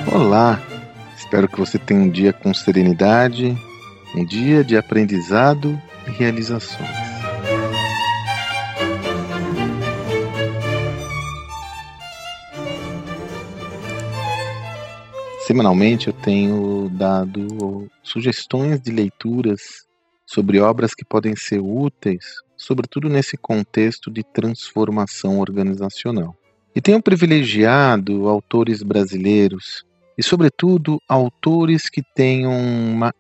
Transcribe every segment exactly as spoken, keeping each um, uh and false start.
Olá, espero que você tenha um dia com serenidade, um dia de aprendizado e realizações. Semanalmente eu tenho dado sugestões de leituras sobre obras que podem ser úteis, sobretudo nesse contexto de transformação organizacional. E tenho privilegiado autores brasileiros e, sobretudo, autores que tenham uma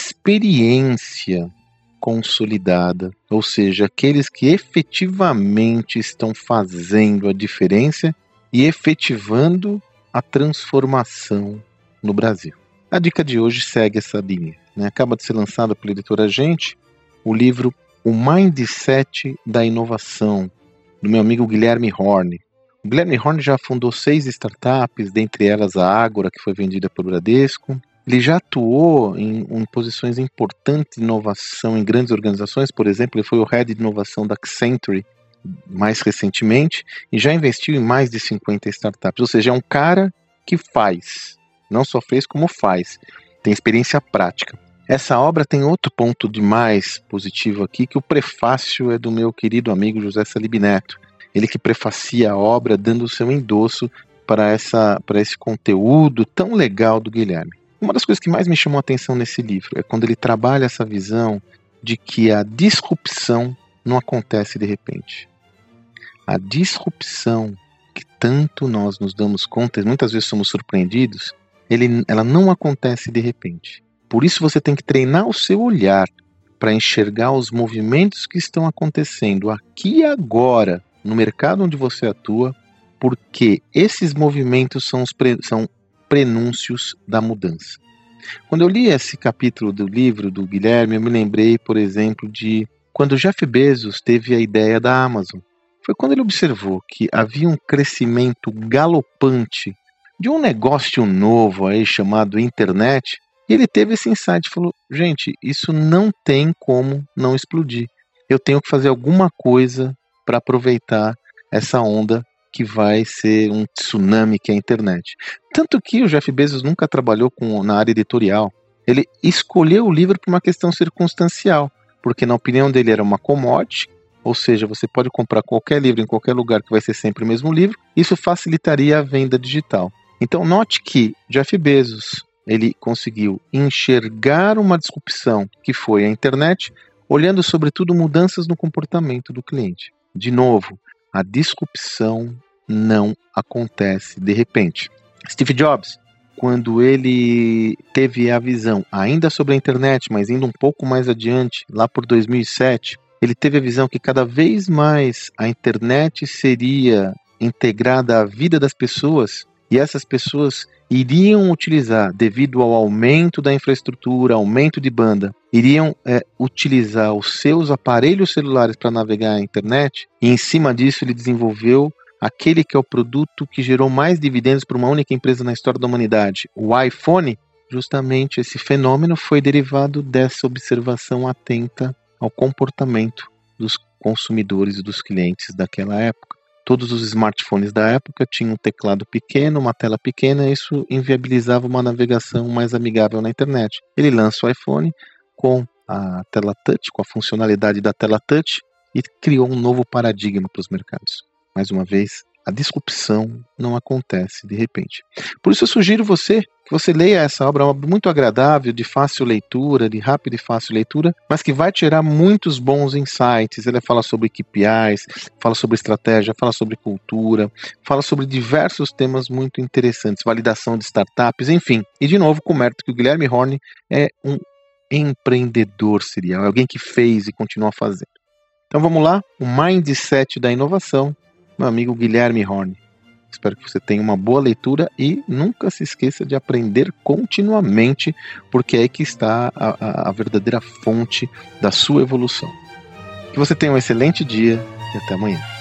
experiência consolidada, ou seja, aqueles que efetivamente estão fazendo a diferença e efetivando a transformação no Brasil. A dica de hoje segue essa linha, né? Acaba de ser lançado pela editora Gente o livro O Mindset da Inovação, do meu amigo Guilherme Horn. O Guilherme Horn já fundou seis startups, dentre elas a Ágora, que foi vendida pelo Bradesco. Ele já atuou em, em posições importantes de inovação em grandes organizações. Por exemplo, ele foi o head de inovação da Accenture mais recentemente e já investiu em mais de cinquenta startups. Ou seja, é um cara que faz, não só fez como faz, tem experiência prática. Essa obra tem outro ponto de mais positivo aqui, que o prefácio é do meu querido amigo José Salib Neto. Ele que prefacia a obra dando o seu endosso para, essa, para esse conteúdo tão legal do Guilherme. Uma das coisas que mais me chamou a atenção nesse livro é quando ele trabalha essa visão de que a disrupção não acontece de repente. A disrupção que tanto nós nos damos conta, e muitas vezes somos surpreendidos, ele, ela não acontece de repente. Por isso você tem que treinar o seu olhar para enxergar os movimentos que estão acontecendo aqui e agora, no mercado onde você atua, porque esses movimentos são, os pre, são prenúncios da mudança. Quando eu li esse capítulo do livro do Guilherme, eu me lembrei, por exemplo, de quando Jeff Bezos teve a ideia da Amazon. Foi quando ele observou que havia um crescimento galopante de um negócio novo aí chamado internet, e ele teve esse insight e falou, gente, isso não tem como não explodir. Eu tenho que fazer alguma coisa para aproveitar essa onda que vai ser um tsunami que é a internet. Tanto que o Jeff Bezos nunca trabalhou com, na área editorial. Ele escolheu o livro por uma questão circunstancial, porque na opinião dele era uma commodity, ou seja, você pode comprar qualquer livro em qualquer lugar que vai ser sempre o mesmo livro, isso facilitaria a venda digital. Então note que Jeff Bezos, ele conseguiu enxergar uma disrupção que foi a internet, olhando sobretudo mudanças no comportamento do cliente. De novo, a disrupção não acontece de repente. Steve Jobs, quando ele teve a visão, ainda sobre a internet, mas indo um pouco mais adiante, lá por dois mil e sete, ele teve a visão que cada vez mais a internet seria integrada à vida das pessoas e essas pessoas iriam utilizar, devido ao aumento da infraestrutura, aumento de banda, iriam é, utilizar os seus aparelhos celulares para navegar a internet, e em cima disso ele desenvolveu aquele que é o produto que gerou mais dividendos para uma única empresa na história da humanidade, o iPhone. Justamente esse fenômeno foi derivado dessa observação atenta ao comportamento dos consumidores e dos clientes daquela época. Todos os smartphones da época tinham um teclado pequeno, uma tela pequena, e isso inviabilizava uma navegação mais amigável na internet. Ele lança o iPhone com a tela touch, com a funcionalidade da tela touch, e criou um novo paradigma para os mercados. Mais uma vez, a disrupção não acontece de repente. Por isso eu sugiro você que você leia essa obra, uma obra muito agradável, de fácil leitura, de rápida e fácil leitura, mas que vai tirar muitos bons insights. Ele fala sobre K P Is, fala sobre estratégia, fala sobre cultura, fala sobre diversos temas muito interessantes, validação de startups, enfim. E de novo, com o mérito que o Guilherme Horn é um empreendedor serial, é alguém que fez e continua fazendo. Então vamos lá, o Mindset da Inovação, meu amigo Guilherme Horn. Espero que você tenha uma boa leitura e nunca se esqueça de aprender continuamente, porque é aí que está a, a, a verdadeira fonte da sua evolução. Que você tenha um excelente dia e até amanhã.